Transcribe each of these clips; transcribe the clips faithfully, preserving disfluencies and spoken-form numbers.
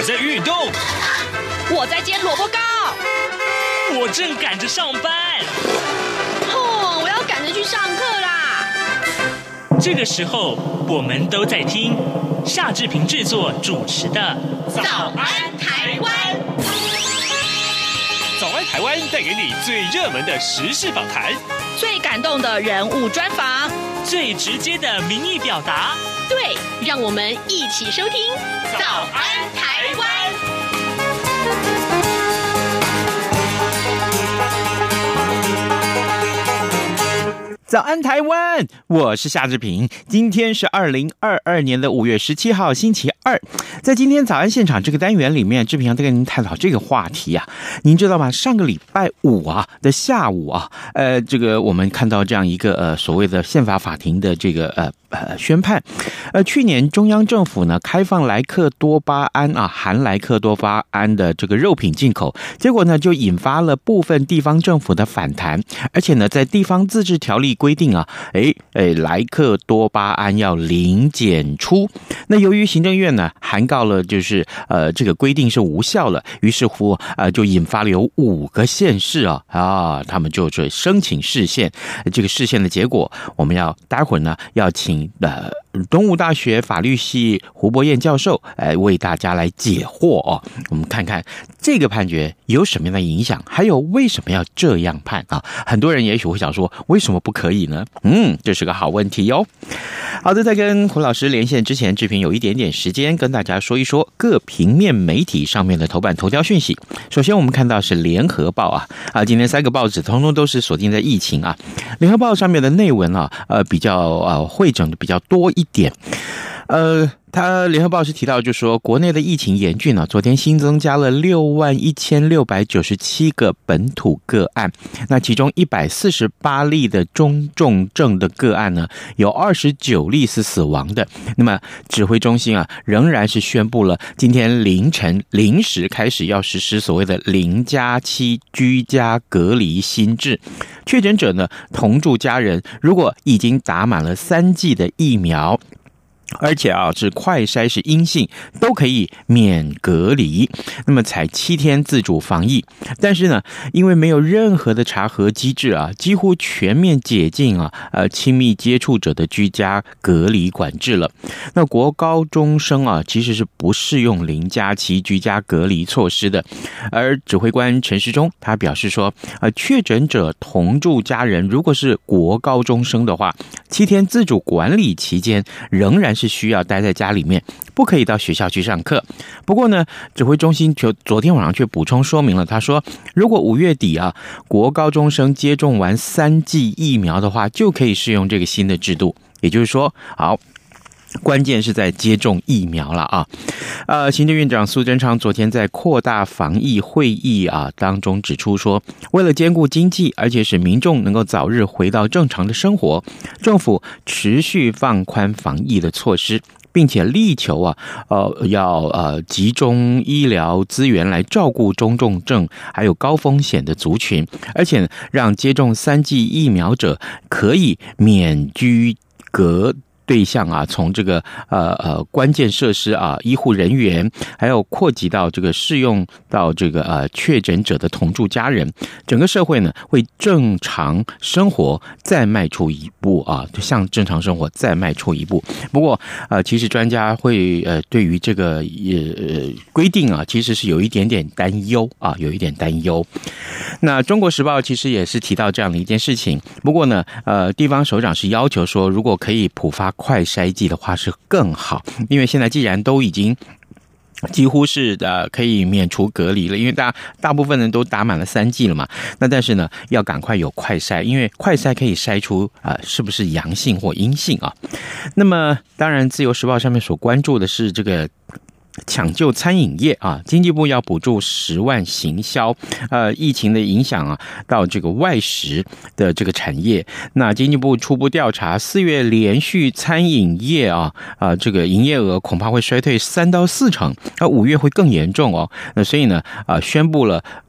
在运动， 我在煎萝卜糕， 我正赶着上班。 哦，我要赶着去上课啦。 这个时候，我们都在听夏志平制作主持的《 早安台湾》。 早安台湾带给你最热门的时事访谈， 最感动的人物专访， 最直接的民意表达。 对，让我们一起收听《早安台湾》。 早安台湾，我是夏志平。今天是二零二二年的五月十七号，星期二。在今天早安现场这个单元里面，志平要跟您探讨这个话题啊。您知道吗？上个礼拜五啊的下午啊，呃，这个我们看到这样一个呃所谓的宪法法庭的这个呃呃宣判，呃，去年中央政府呢开放莱克多巴胺啊含莱克多巴胺的这个肉品进口，结果呢就引发了部分地方政府的反弹，而且呢在地方自治条例规定啊，哎哎，莱克多巴胺要零检出。那由于行政院呢函告了，就是呃这个规定是无效了，于是乎呃就引发了有五个县市啊啊，他们就申请释宪。这个释宪的结果，我们要待会儿呢要请呃东吴大学法律系胡博彦教授来为大家来解惑哦。我们看看这个判决有什么样的影响，还有为什么要这样判啊？很多人也许会想说，为什么不可以呢？嗯，这是个好问题哟。好的，在跟胡老师连线之前，志平有一点点时间跟大家说一说各平面媒体上面的头版头条讯息。首先我们看到是联合报啊啊，今天三个报纸通通都是锁定在疫情啊。联合报上面的内文啊，呃比较呃汇整的比较多一点。呃，他联合报是提到，就是说国内的疫情严峻呢、啊，昨天新增加了六万一千六百九十七个本土个案，那其中一百四十八例的中重症的个案呢，有二十九例是死亡的。那么指挥中心啊，仍然是宣布了今天凌晨零时开始要实施所谓的零加七居家隔离新制，确诊者呢同住家人如果已经打满了三剂的疫苗，而且啊，是快筛是阴性，都可以免隔离。那么采七天自主防疫，但是呢，因为没有任何的查核机制啊，几乎全面解禁啊，呃，亲密接触者的居家隔离管制了。那国高中生啊，其实是不适用零加七居家隔离措施的。而指挥官陈时中他表示说，呃，确诊者同住家人如果是国高中生的话，七天自主管理期间仍然是需要待在家里面，不可以到学校去上课。不过呢，指挥中心就昨天晚上却补充说明了，他说，如果五月底啊，国高中生接种完三剂疫苗的话，就可以适用这个新的制度。也就是说，好。关键是在接种疫苗了啊！呃，行政院长苏贞昌昨天在扩大防疫会议啊当中指出说，为了兼顾经济，而且使民众能够早日回到正常的生活，政府持续放宽防疫的措施，并且力求啊，呃，要呃集中医疗资源来照顾中重症还有高风险的族群，而且让接种三剂疫苗者可以免居隔。对象啊，从这个呃呃关键设施啊，医护人员，还有扩及到这个适用到这个呃确诊者的同住家人，整个社会呢会正常生活再迈出一步啊，就向正常生活再迈出一步。不过呃，其实专家会呃对于这个呃规定啊，其实是有一点点担忧啊，有一点担忧。那中国时报其实也是提到这样的一件事情，不过呢，呃，地方首长是要求说，如果可以普发快筛剂的话是更好，因为现在既然都已经几乎是呃可以免除隔离了，因为大大部分人都打满了三剂了嘛。那但是呢，要赶快有快筛，因为快筛可以筛出啊、呃、是不是阳性或阴性啊。那么当然，自由时报上面所关注的是这个。抢救餐饮业啊，经济部要补助十万行销，呃，疫情的影响啊，到这个外食的这个产业。那经济部初步调查，四月连续餐饮业啊，啊、呃，这个营业额恐怕会衰退三到四成，而五月会更严重哦。那所以呢，啊、呃，宣布了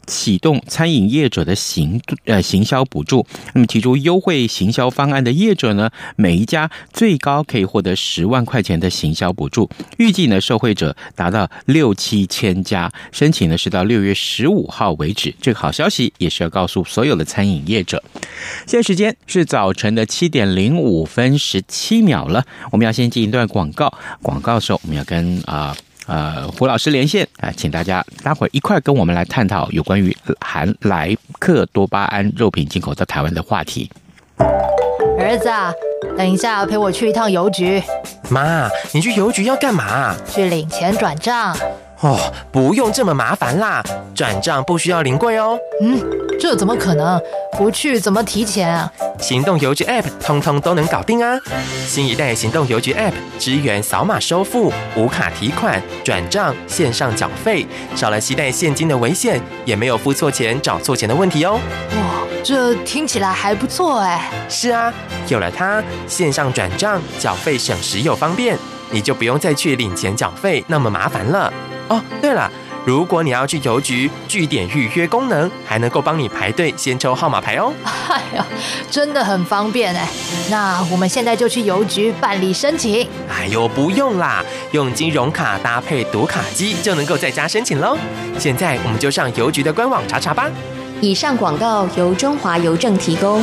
启动餐饮业者的行呃行销补助。那么提出优惠行销方案的业者呢，每一家最高可以获得十万块钱的行销补助。预计呢，受惠者达到六七千家，申请呢是到六月十五号为止。这个好消息也是要告诉所有的餐饮业者。现在时间是早晨的七点零五分十七秒了，我们要先进一段广告。广告的时候，我们要跟啊。呃呃，胡老师连线啊、呃，请大家待会儿一块跟我们来探讨有关于含莱克多巴胺肉品进口到台湾的话题。 儿子啊，等一下陪我去一趟邮局。 妈，你去邮局要干嘛？ 去领钱转账。 哦，不用这么麻烦啦，转账不需要临柜哦。 嗯，这怎么可能？不去怎么提钱啊？ 行动邮局 App 通通都能搞定啊！新一代行动邮局 App 支援扫码收付、无卡提款、转账、线上缴费，少了携带现金的危险，也没有付错钱、找错钱的问题哦。 哇，这听起来还不错哎。 是啊，有了它，线上转账、缴费省时又方便，你就不用再去领钱缴费那么麻烦了。哦，对了，如果你要去邮局，据点预约功能还能够帮你排队先抽号码牌哦。 哎呀，真的很方便哎。那我们现在就去邮局办理申请。 哎呦，不用啦，用金融卡搭配读卡机就能够在家申请喽。现在我们就上邮局的官网查查吧。 以上广告由中华邮政提供。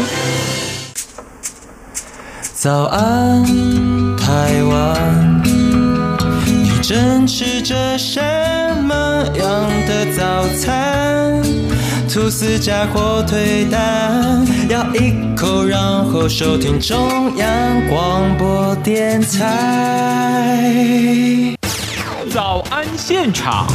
早安，台湾，你正吃着什么样的早餐？吐司加火腿蛋，咬一口，然后收听中央广播电台。 早安现场。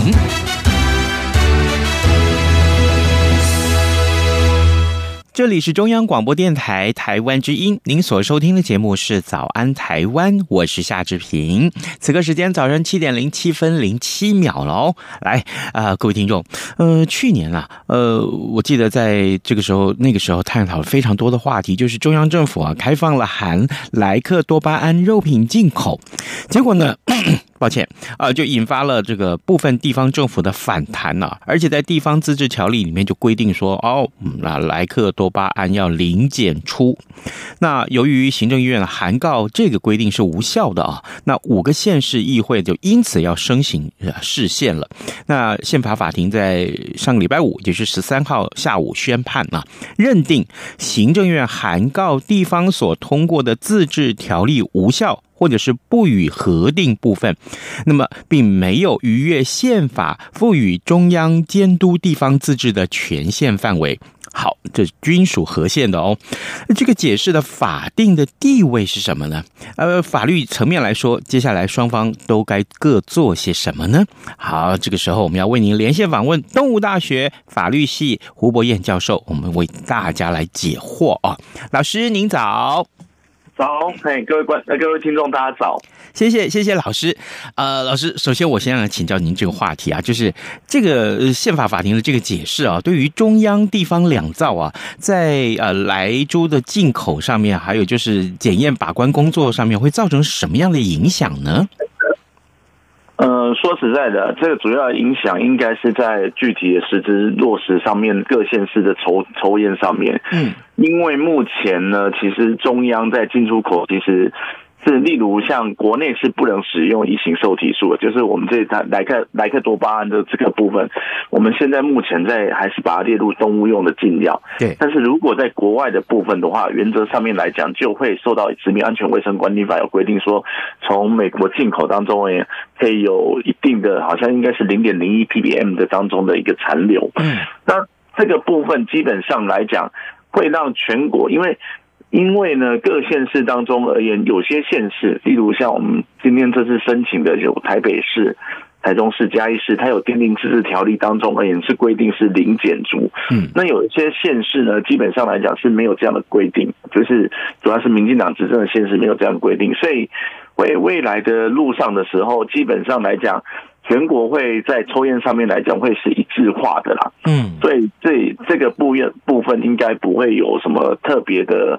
这里是中央广播电台台湾之音，您所收听的节目是早安台湾，我是夏志平。此刻时间早上七点零七分零七秒了哦。来，呃，各位听众，呃，去年啊，呃，我记得在这个时候，那个时候探讨了非常多的话题，就是中央政府啊开放了含莱克多巴胺肉品进口，结果呢？抱歉啊、呃，就引发了这个部分地方政府的反弹啊，而且在地方自治条例里面就规定说，哦，那莱克多巴胺要零检出。那由于行政院函告这个规定是无效的啊，那五个县市议会就因此要申请释宪了。那宪法法庭在上个礼拜五，也就是十三号下午宣判啊，认定行政院函告地方所通过的自治条例无效，或者是不予核定部分，那么并没有逾越宪法赋予中央监督地方自治的权限范围。好，这均属合宪的哦。这个解释的法定的地位是什么呢？呃，法律层面来说，接下来双方都该各做些什么呢？好，这个时候我们要为您连线访问东吴大学法律系胡博彦教授，我们为大家来解惑啊。老师您早。 早，嘿，各位观呃各位听众，大家早。 谢谢谢谢老师，呃，老师，首先我先来请教您这个话题啊，就是这个宪法法庭的这个解释啊，对于中央地方两造啊，在呃莱猪的进口上面，还有就是检验把关工作上面，会造成什么样的影响呢？ 呃，说实在的，这个主要影响应该是在具体的实质落实上面，各县市的抽抽验上面。嗯，因为目前呢，其实中央在进出口其实是，例如像国内是不能使用乙型受体素的，就是我们这莱克莱克多巴胺的这个部分，我们现在目前在还是把它列入动物用的禁药。对，但是如果在国外的部分的话，原则上面来讲，就会受到食品安全卫生管理法有规定说，从美国进口当中也可以有一定的，好像应该是 零点零一 p p m 的当中的一个残留。嗯，那这个部分基本上来讲，会让全国因为。因为呢，各县市当中而言，有些县市，例如像我们今天这次申请的有台北市、台中市、嘉义市，它有订定自治条例当中而言是规定是零检出。嗯，那有一些县市呢，基本上来讲是没有这样的规定，就是主要是民进党执政的县市没有这样的规定，所以为未来的路上的时候，基本上来讲。全国会在抽验上面来讲会是一致化的啦，嗯，所以这这个部分部分应该不会有什么特别的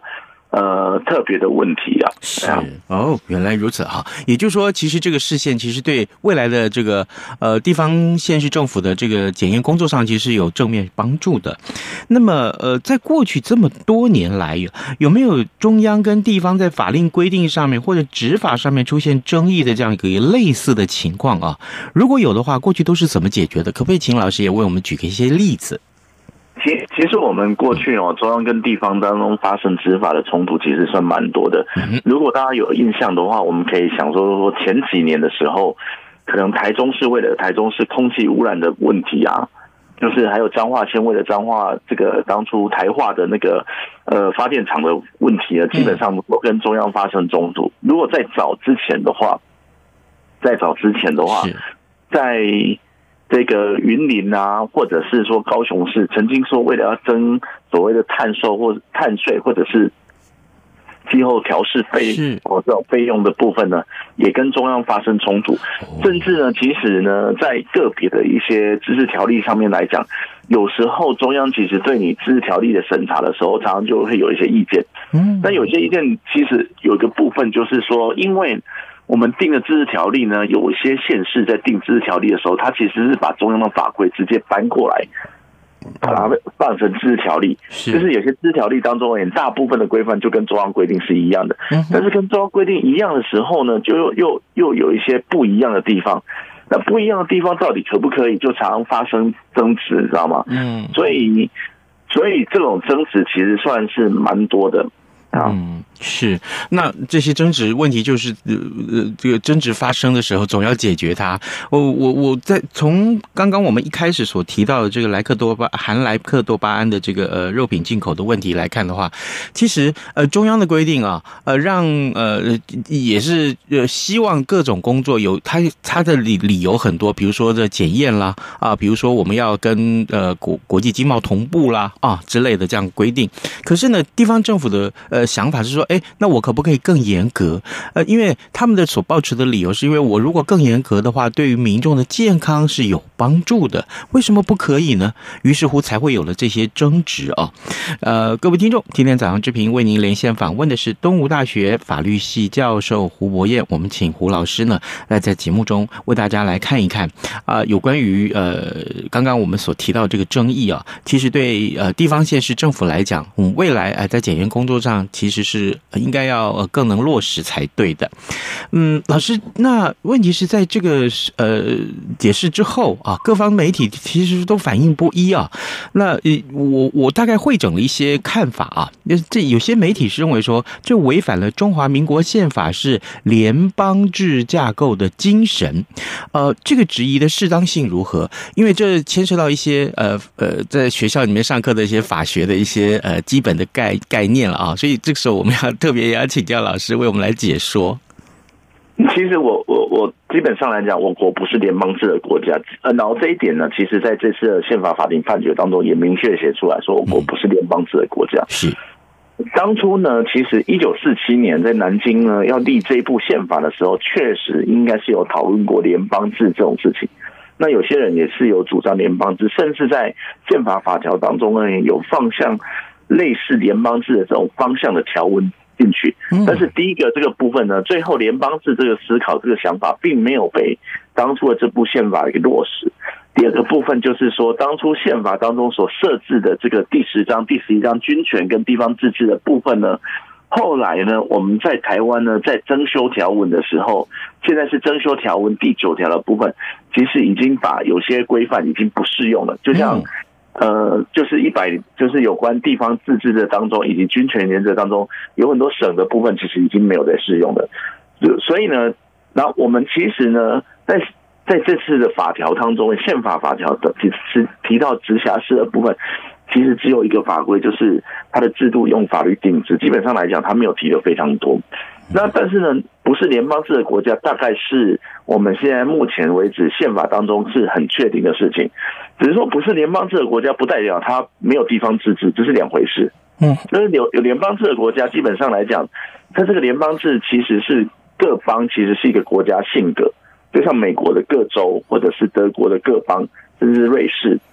呃特别的问题啊。 是哦，原来如此哈。也就是说，其实这个视线其实对未来的这个呃地方县市政府的这个检验工作上，其实是有正面帮助的。那么呃，在过去这么多年来，有有没有中央跟地方在法令规定上面或者执法上面出现争议的这样一个类似的情况啊？如果有的话，过去都是怎么解决的？可不可以请老师也为我们举个一些例子？ 其其实我们过去哦，中央跟地方当中发生执法的冲突，其实算蛮多的。如果大家有印象的话，我们可以想说说前几年的时候，可能台中市为了台中市空气污染的问题啊，就是还有彰化县为了彰化这个当初台化的那个呃发电厂的问题呢，基本上都跟中央发生冲突。如果在早之前的话，在早之前的话，在这个云林啊，或者是说高雄市，曾经说为了要征所谓的碳收或碳税，或者是气候调适费或这种费用的部分呢，也跟中央发生冲突。甚至呢，其实呢，在个别的一些自治条例上面来讲，有时候中央其实对你自治条例的审查的时候，常常就会有一些意见。嗯，但有些意见其实有一个部分就是说，因为我们定的自治条例呢，有一些县市在定自治条例的时候，它其实是把中央的法规直接搬过来，把它放成自治条例。是就是有些自治条例当中，很大部分的规范就跟中央规定是一样的，嗯、但是跟中央规定一样的时候呢，就又又又有一些不一样的地方。那不一样的地方到底可不可以，就常常发生争执，你知道吗？嗯，所以所以这种争执其实算是蛮多的。 嗯，是。那这些争执问题就是呃呃，这个争执发生的时候，总要解决它。我我我在从刚刚我们一开始所提到的这个莱克多巴含莱克多巴胺的这个呃肉品进口的问题来看的话，其实呃中央的规定啊，呃让呃也是呃希望各种工作有它它的理理由很多，比如说这检验啦啊，比如说我们要跟呃国国际经贸同步啦啊之类的这样规定。可是呢，地方政府的呃。呃，想法是说，哎，那我可不可以更严格？呃，因为他们的所抱持的理由是因为我如果更严格的话，对于民众的健康是有帮助的。为什么不可以呢？于是乎才会有了这些争执啊。呃，各位听众，今天早上之平为您连线访问的是东吴大学法律系教授胡博彦，我们请胡老师呢来在节目中为大家来看一看啊、呃，有关于呃刚刚我们所提到这个争议啊，其实对呃地方县市政府来讲，嗯，未来呃在检验工作上。其实是应该要更能落实才对的。嗯，老师，那问题是在这个呃解释之后啊，各方媒体其实都反应不一啊。那我我大概汇整了一些看法啊。这有些媒体是认为说，这违反了中华民国宪法是联邦制架构的精神。呃，这个质疑的适当性如何？因为这牵涉到一些呃呃在学校里面上课的一些法学的一些呃基本的概概念了啊，所以。这个时候我们要特别要请教老师为我们来解说。 其实我我我基本上来讲，我国不是联邦制的国家，呃，然后这一点呢，其实在这次的宪法法庭判决当中也明确写出来说，我国不是联邦制的国家。是。当初呢，其实一九四七年在南京呢要立这一部宪法的时候，确实应该是有讨论过联邦制这种事情。那有些人也是有主张联邦制，甚至在宪法法条当中呢有放向类似联邦制的这种方向的条文进去，但是第一个这个部分呢，最后联邦制这个思考这个想法并没有被当初的这部宪法给落实。第二个部分就是说，当初宪法当中所设置的这个第十章、第十一章军权跟地方自治的部分呢，后来呢，我们在台湾呢，在增修条文的时候，现在是增修条文第九条的部分，其实已经把有些规范已经不适用了，就像。呃，就是一百，就是有关地方自治的当中，以及军权原则当中，有很多省的部分其实已经没有在适用的。所以呢，然后我们其实呢，在在这次的法条当中，宪法法条的其实提到直辖市的部分，其实只有一个法规，就是它的制度用法律定制。基本上来讲，它没有提的非常多。那但是呢，不是联邦制的国家，大概是我们现在目前为止宪法当中是很确定的事情。只是说不是联邦制的国家，不代表它没有地方自治，这是两回事。嗯，但是有有联邦制的国家，基本上来讲，它这个联邦制其实是各邦，其实是一个国家性格，就像美国的各州，或者是德国的各邦，甚至是瑞士，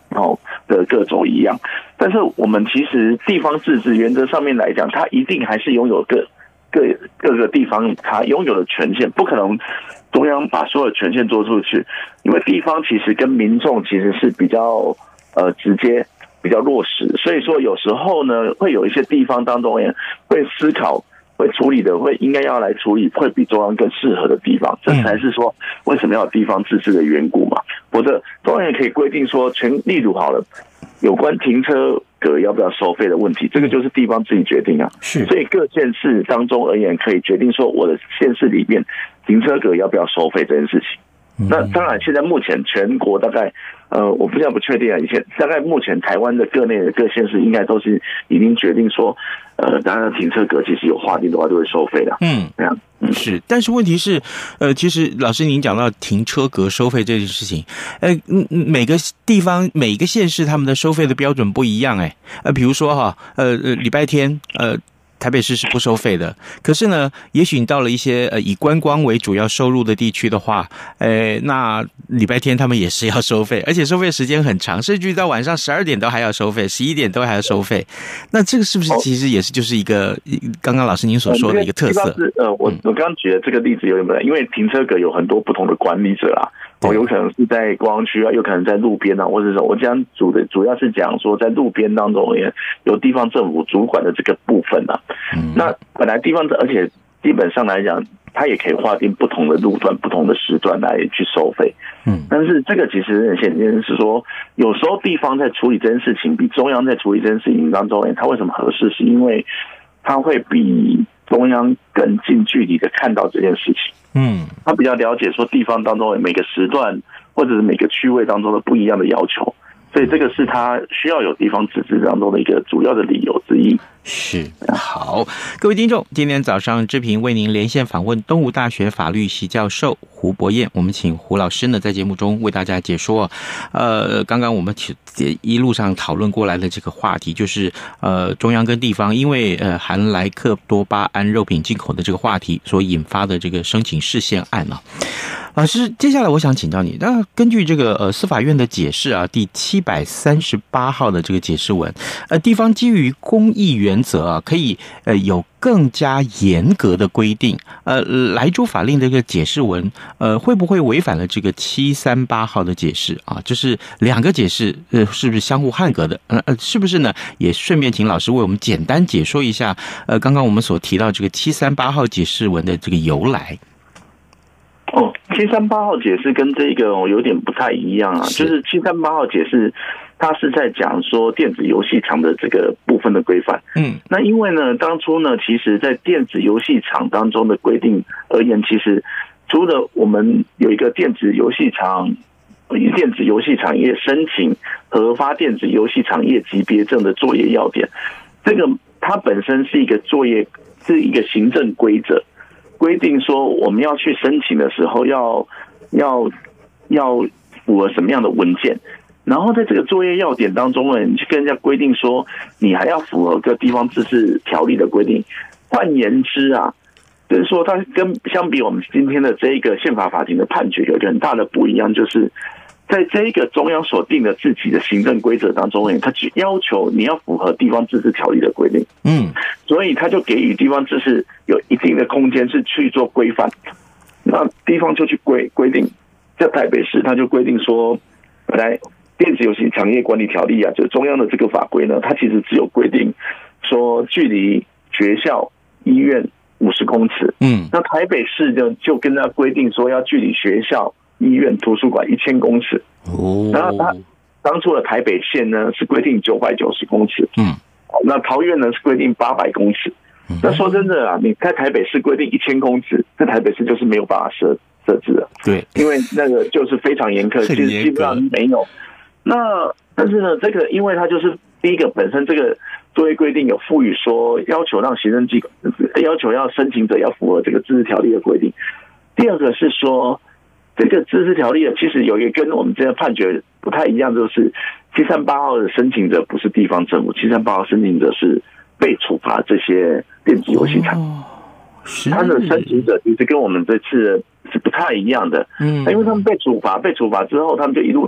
哦的各州一样。但是我们其实地方自治原则上面来讲，它一定还是拥有各各各个地方它拥有的权限，不可能中央把所有权限做出去，因为地方其实跟民众其实是比较呃直接、比较落实，所以说有时候呢，会有一些地方当中会思考、会处理的，会应该要来处理，会比中央更适合的地方，这才是说为什么要有地方自治的缘故嘛。否则中央也可以规定说，全例如好了，有关停车格要不要收费的问题，这个就是地方自己决定啊。 是， 所以各县市当中而言，可以决定说我的县市里面停车格要不要收费这件事情。那当然，现在目前全国大概，呃，我不现在不确定啊。以前大概目前台湾的各内的各县市应该都是已经决定说，呃，当然停车格其实有划定的话都会收费的。 嗯，这样、嗯、是。但是问题是，呃，其实老师您讲到停车格收费这件事情，呃，每个地方每个县市他们的收费的标准不一样，哎，呃，比如说哈，呃呃，礼拜天，呃。台北市是不收费的，可是呢，也许你到了一些呃以观光为主要收入的地区的话，呃，那礼拜天他们也是要收费，而且收费时间很长，甚至到晚上十二点都还要收费，十一点都还要收费。那这个是不是其实也是就是一个刚刚老师您所说的一个特色？ 呃，我我刚刚举的这个例子有点不一样，因为停车格有很多不同的管理者啦。哦，有可能是在观光区啊，有可能在路边啊，或者是我讲主的主要是讲说在路边当中也有地方政府主管的这个部分啊。嗯、那本来地方，而且基本上来讲，它也可以划定不同的路段、不同的时段来去收费。嗯，但是这个其实很显然是说，有时候地方在处理这件事情，比中央在处理这件事情当中，它为什么合适？是因为它会比中央更近距离的看到这件事情。嗯，他比较了解说地方当中每个时段或者是每个区位当中的不一样的要求，所以这个是他需要有地方自治当中的一个主要的理由之一。 是，好，各位听众，今天早上志平为您连线访问东吴大学法律系教授胡博彦，我们请胡老师呢在节目中为大家解说。呃，刚刚我们一路上讨论过来的这个话题，就是呃中央跟地方因为呃含莱克多巴胺肉品进口的这个话题所引发的这个申请释宪案啊。老师，接下来我想请教你，那根据这个呃司法院的解释啊，第七百三十八号的这个解释文，呃，地方基于公益原则啊，可以呃有更加严格的规定。呃，莱州法令的这个解释文，呃，会不会违反了这个七三八号的解释啊？就是两个解释，呃，是不是相互汉格的？呃呃，是不是呢？也顺便请老师为我们简单解说一下，呃，刚刚我们所提到这个七三八号解释文的这个由来。 哦，七三八号解释跟这个有点不太一样啊，就是七三八号解释，它是在讲说电子游戏场的这个部分的规范。嗯，那因为呢，当初呢，其实在电子游戏场当中的规定而言，其实除了我们有一个电子游戏场、电子游戏产业申请核发电子游戏产业级别证的作业要点，这个它本身是一个作业，是一个行政规则。规定说我们要去申请的时候要要要符合什么样的文件，然后在这个作业要点当中呢，你去跟人家规定说你还要符合各地方自治条例的规定。换言之啊，就是说它跟相比我们今天的这一个宪法法庭的判决有一个很大的不一样，就是在这一个中央所定的自己的行政规则当中呢，它只要求你要符合地方自治条例的规定。嗯，所以他就给予地方自治有一定的空间是去做规范。那地方就去规规定，在台北市他就规定说，本来电子游戏产业管理条例啊，就是中央的这个法规呢，它其实只有规定说距离学校、医院五十公尺。嗯，那台北市就就跟他规定说要距离学校、医院、图书馆一千公尺。哦，然后他当初的台北县呢是规定九百九十公尺。嗯，那桃园呢是规定八百公尺。那说真的啊，你在台北市规定一千公尺，在台北市就是没有办法设设置的。对，因为那个就是非常严苛，其实基本上没有。那但是呢，这个因为它就是第一个本身这个作业规定有赋予说要求让行政机构要求要申请者要符合这个自治条例的规定。第二个是说这个自治条例其实有一个跟我们这个判决不太一样，就是七三八号的申请者不是地方政府，七三八号申请者是被处罚这些电子游戏厂。哦，他的申请者其实跟我们这次是不太一样的。嗯，因为他们被处罚，被处罚之后，他们就一路打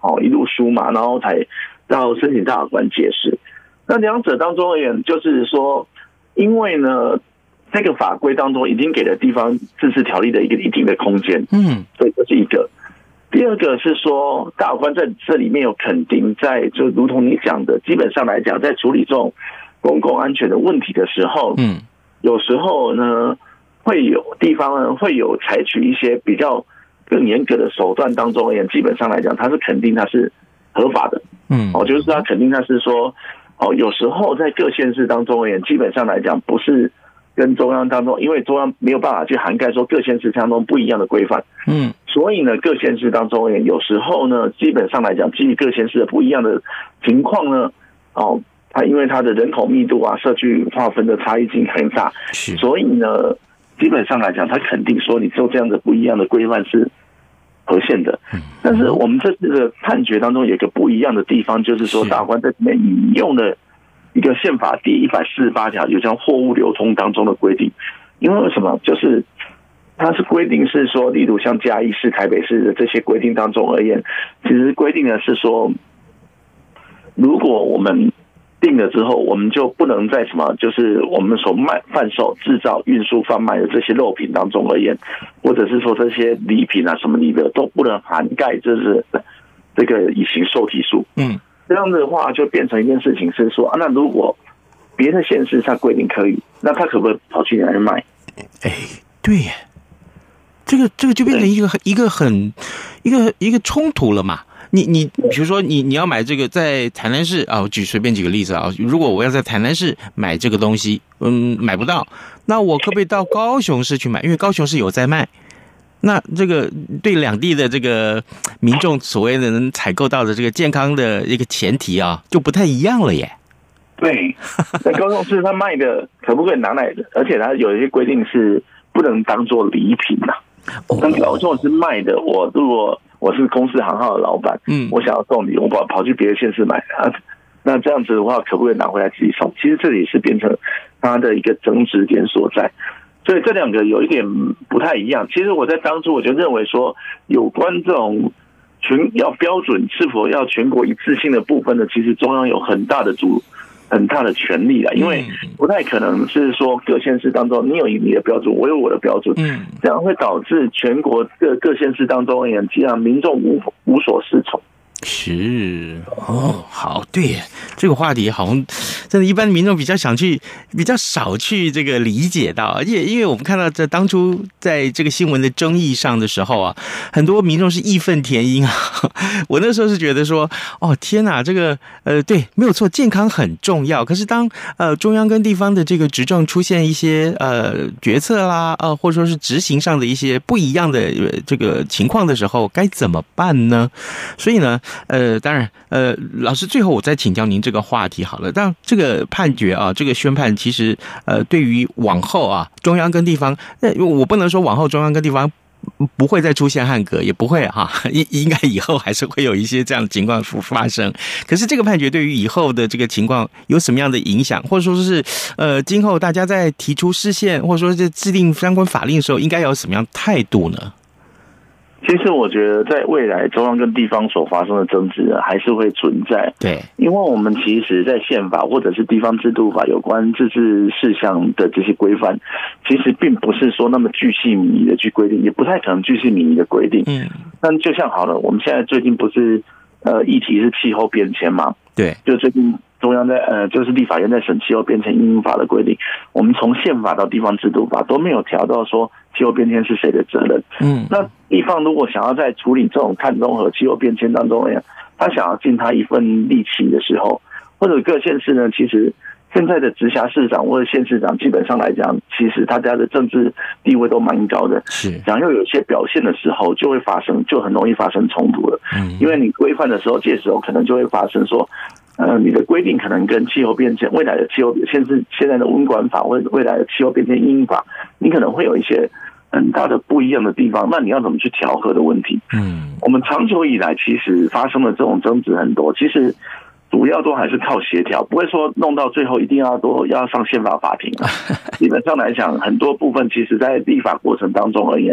哦一路书嘛，然后才到申请大法官解释。那两者当中而言，就是说，因为呢，这个法规当中已经给了地方自治条例的一个一定的空间，嗯，所以这是一个。第二个是说，大法官在这里面有肯定，在就如同你讲的，基本上来讲，在处理这种公共安全的问题的时候，嗯，有时候呢，会有地方呢会有采取一些比较更严格的手段当中而言，基本上来讲，它是肯定它是合法的，嗯，哦，就是它肯定它是说，哦，有时候在各县市当中而言，基本上来讲不是。跟中央当中，因为中央没有办法去涵盖说各县市当中不一样的规范，嗯，所以呢，各县市当中有时候呢，基本上来讲，基于各县市的不一样的情况呢，哦，它因为它的人口密度啊、社区划分的差异性很大，所以呢，基本上来讲，它肯定说你做这样的不一样的规范是合宪的。但是我们这次的判决当中有一个不一样的地方，就是说大法官在里面引用了一个宪法第一百四十八条，有像货物流通当中的规定。因为什么？就是它是规定是说，例如像嘉义市、台北市的这些规定当中而言，其实规定的是说，如果我们定了之后，我们就不能在什么，就是我们所卖、贩售、制造、运输、贩卖的这些肉品当中而言，或者是说这些礼品啊什么礼的都不能涵盖，就是这个以行受体数。嗯。这样的话就变成一件事情是说啊，那如果别的县市它规定可以，那他可不可以跑去哪里卖？ 哎，对耶，这个这个就变成一个一个很一个一个冲突了嘛。你你比如说你你要买这个在台南市啊，我举随便举个例子啊，如果我要在台南市买这个东西，嗯，买不到，那我可不可以到高雄市去买？因为高雄市有在卖。那这个对两地的这个民众所谓的能采购到的这个健康的一个前提啊，就不太一样了耶。 对，在高雄市他卖的可不可以拿来的？而且他有一些规定是不能当做礼品的。那高雄是卖的，我如果我是公司行号的老板，嗯，我想要送礼，我跑跑去别的县市买啊，那这样子的话，可不可以拿回来自己送？其实这里是变成他的一个争执点所在。所以这两个有一点不太一样。其实我在当初我就认为说，有关这种全要标准是否要全国一致性的部分呢，其实中央有很大的主很大的权利啊，因为不太可能是说各县市当中你有你的标准，我有我的标准，嗯，这样会导致全国各各县市当中而言，这样民众无无所适从。 是哦，好，对，这个话题好像真的，一般民众比较想去，比较少去这个理解到，而且因为我们看到在当初在这个新闻的争议上的时候啊，很多民众是义愤填膺啊。我那时候是觉得说，哦天哪，这个呃，对，没有错，健康很重要。可是当呃中央跟地方的这个执政出现一些呃决策啦，呃或者说是执行上的一些不一样的这个情况的时候，该怎么办呢？所以呢。呃，当然，呃，老师，最后我再请教您这个话题好了。但这个判决啊，这个宣判，其实呃，对于往后啊，中央跟地方，那我不能说往后中央跟地方不会再出现汉格，也不会哈，应应该以后还是会有一些这样的情况发生。可是这个判决对于以后的这个情况有什么样的影响，或者说是呃，今后大家在提出释宪，或者说在制定相关法令的时候，应该有什么样的态度呢？ 其实我觉得，在未来中央跟地方所发生的争执还是会存在。 对， 因为我们其实，在宪法或者是地方制度法有关自治事项的这些规范，其实并不是说那么巨细靡遗的去规定，也不太可能巨细靡遗的规定。嗯，但就像好了，我们现在最近不是呃议题是气候变迁嘛？ 对， 就最近中央在呃就是立法院在审气候变迁因应法的规定，我们从宪法到地方制度法都没有调到说气候变迁是谁的责任。嗯，那地方如果想要在处理这种碳中和、气候变迁当中，他想要尽他一份力气的时候，或者各县市呢，其实现在的直辖市长或者县市长，基本上来讲，其实大家的政治地位都蛮高的。 是， 想要有一些表现的时候，就会发生，就很容易发生冲突了。嗯，因为你规范的时候，这时候可能就会发生说，呃，你的规定可能跟气候变迁、未来的气候，现是现在的温管法或者未来的气候变迁因应法，你可能会有一些很大的不一样的地方，那你要怎么去调和的问题？嗯，我们长久以来其实发生的这种争执很多，其实主要都还是靠协调，不会说弄到最后一定要都要上宪法法庭啊。基本上来讲，很多部分其实在立法过程当中而言，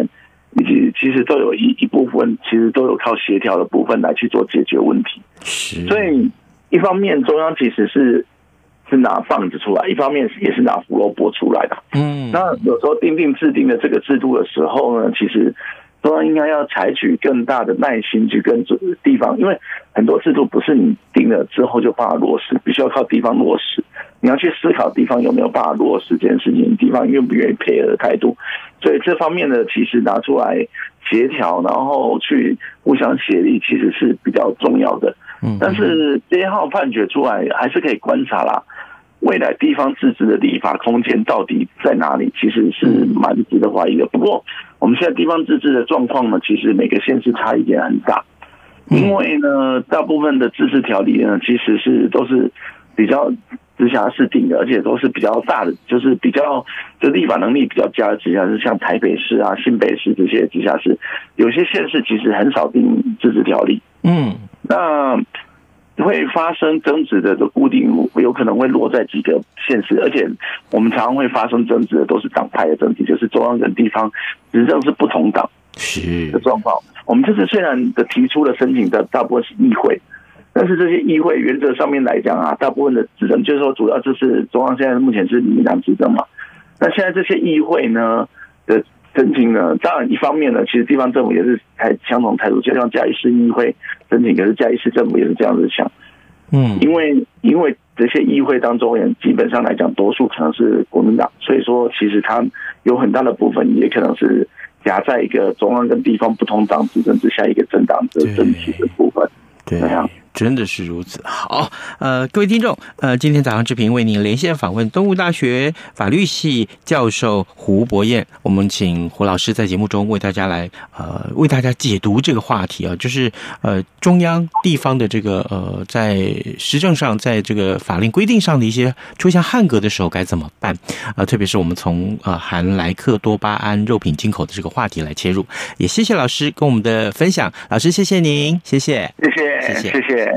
以及其实都有一一部分，其实都有靠协调的部分来去做解决问题。 是， 所以一方面中央其实是是拿棒子出来，一方面也是拿胡萝卜出来的。嗯，那有时候定定制定的这个制度的时候呢，其实中央应该要采取更大的耐心去跟地方，因为很多制度不是你定了之后就办法落实，必须要靠地方落实。你要去思考地方有没有办法落实这件事情，地方愿不愿意配合的态度。所以这方面呢，其实拿出来协调，然后去互相协力，其实是比较重要的。但是这一号判决出来，还是可以观察啦。未来地方自治的立法空间到底在哪里，其实是蛮值得怀疑的。不过我们现在地方自治的状况呢，其实每个县市差异点很大，因为呢，大部分的自治条例呢，其实是都是比较直辖市定的，而且都是比较大的，就是比较就立法能力比较佳的直辖市，像台北市啊、新北市这些直辖市，有些县市其实很少定自治条例。嗯，那会发生争执的，固定有可能会落在几个县市，而且我们常常会发生争执的都是党派的争执，就是中央跟地方执政是不同党的状况。我们这次虽然的提出了申请的大部分是议会，但是这些议会原则上面来讲啊，大部分的执政就是说，主要就是中央现在目前是民进党执政嘛。那现在这些议会呢的申请呢，当然一方面呢，其实地方政府也是采相同态度，就像嘉义市议会申请，可是嘉义市政府也是这样子想。嗯，因为因为这些议会当中人基本上来讲，多数可能是国民党，所以说其实它有很大的部分也可能是夹在一个中央跟地方不同党执政之下一个政党的政体的部分。 对啊。真的是如此。好，呃，各位听众，呃，今天早上志平为您连线访问东吴大学法律系教授胡博彦，我们请胡老师在节目中为大家来呃为大家解读这个话题啊，就是呃中央地方的这个呃在实政上，在这个法令规定上的一些出现汉格的时候该怎么办啊、呃？特别是我们从呃含莱克多巴胺肉品进口的这个话题来切入，也谢谢老师跟我们的分享，老师谢谢您，谢谢， 谢谢，谢谢，谢谢。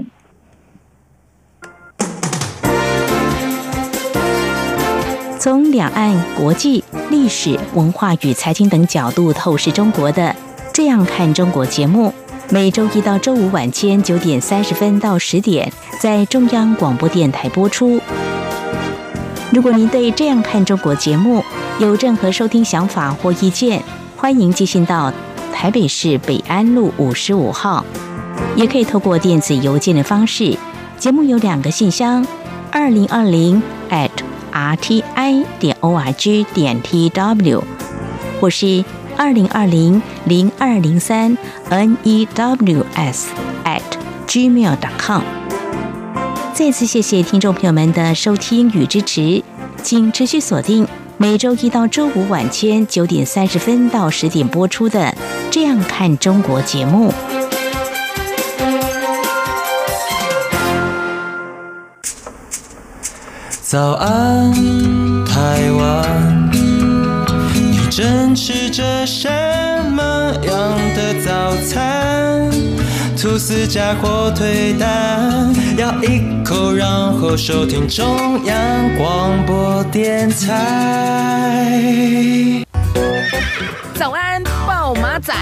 从两岸、国际、历史、文化与财经等角度透视中国的《这样看中国》节目，每周一到周五晚间九点三十分到十点在中央广播电台播出。如果您对《这样看中国》节目有任何收听想法或意见，欢迎寄信到台北市北安路五十五号，也可以透过电子邮件的方式。节目有两个信箱：二零二零 at r t i 点 o r g 点 t w， 或是二零二零零二零三 n e w s at gmail 点 com。再次谢谢听众朋友们的收听与支持，请持续锁定每周一到周五晚间九点三十分到十点播出的《这样看中国》节目。 早安，台湾，你正吃着什么样的早餐？吐司加火腿蛋，咬一口，然后收听中央广播电台。 早安，暴马仔。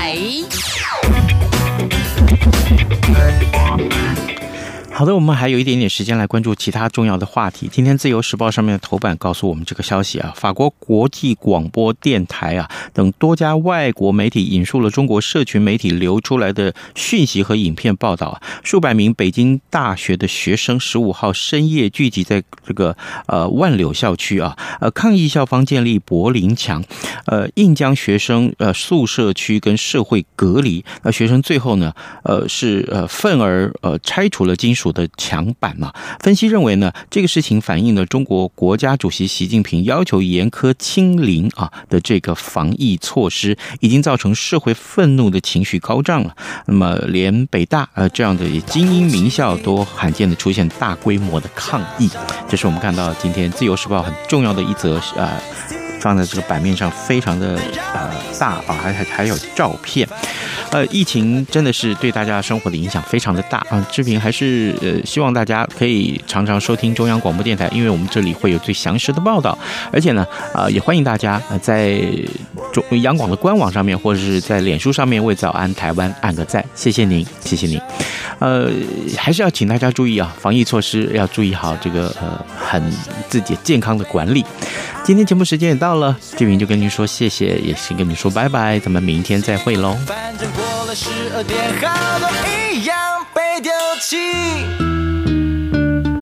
好的，我们还有一点点时间来关注其他重要的话题。今天《自由时报》上面的头版告诉我们这个消息啊，法国国际广播电台啊等多家外国媒体引述了中国社群媒体流出来的讯息和影片报道啊，数百名北京大学的学生十五号深夜聚集在这个呃万柳校区啊，呃抗议校方建立柏林墙，呃硬将学生呃宿舍区跟社会隔离。那学生最后呢，呃是呃愤而呃拆除了金属的墙板嘛。分析认为呢，这个事情反映了中国国家主席习近平要求严苛清零啊的这个防疫措施，已经造成社会愤怒的情绪高涨了。那么连北大呃这样的精英名校都罕见的出现大规模的抗议，这是我们看到今天自由时报很重要的一则呃放在这个版面上，非常的呃大啊，还还还有照片。 呃，疫情真的是对大家生活的影响非常的大啊。志平还是呃希望大家可以常常收听中央广播电台，因为我们这里会有最详实的报道，而且呢，啊、呃、也欢迎大家在中央广的官网上面或者是在脸书上面为早安台湾按个赞，谢谢您，谢谢您。呃，还是要请大家注意啊，防疫措施要注意好这个呃很自己健康的管理。今天节目时间也到了，志平就跟您说谢谢，也是跟您说拜拜，咱们明天再会喽。 反正过了十二点，好多一样被丢弃。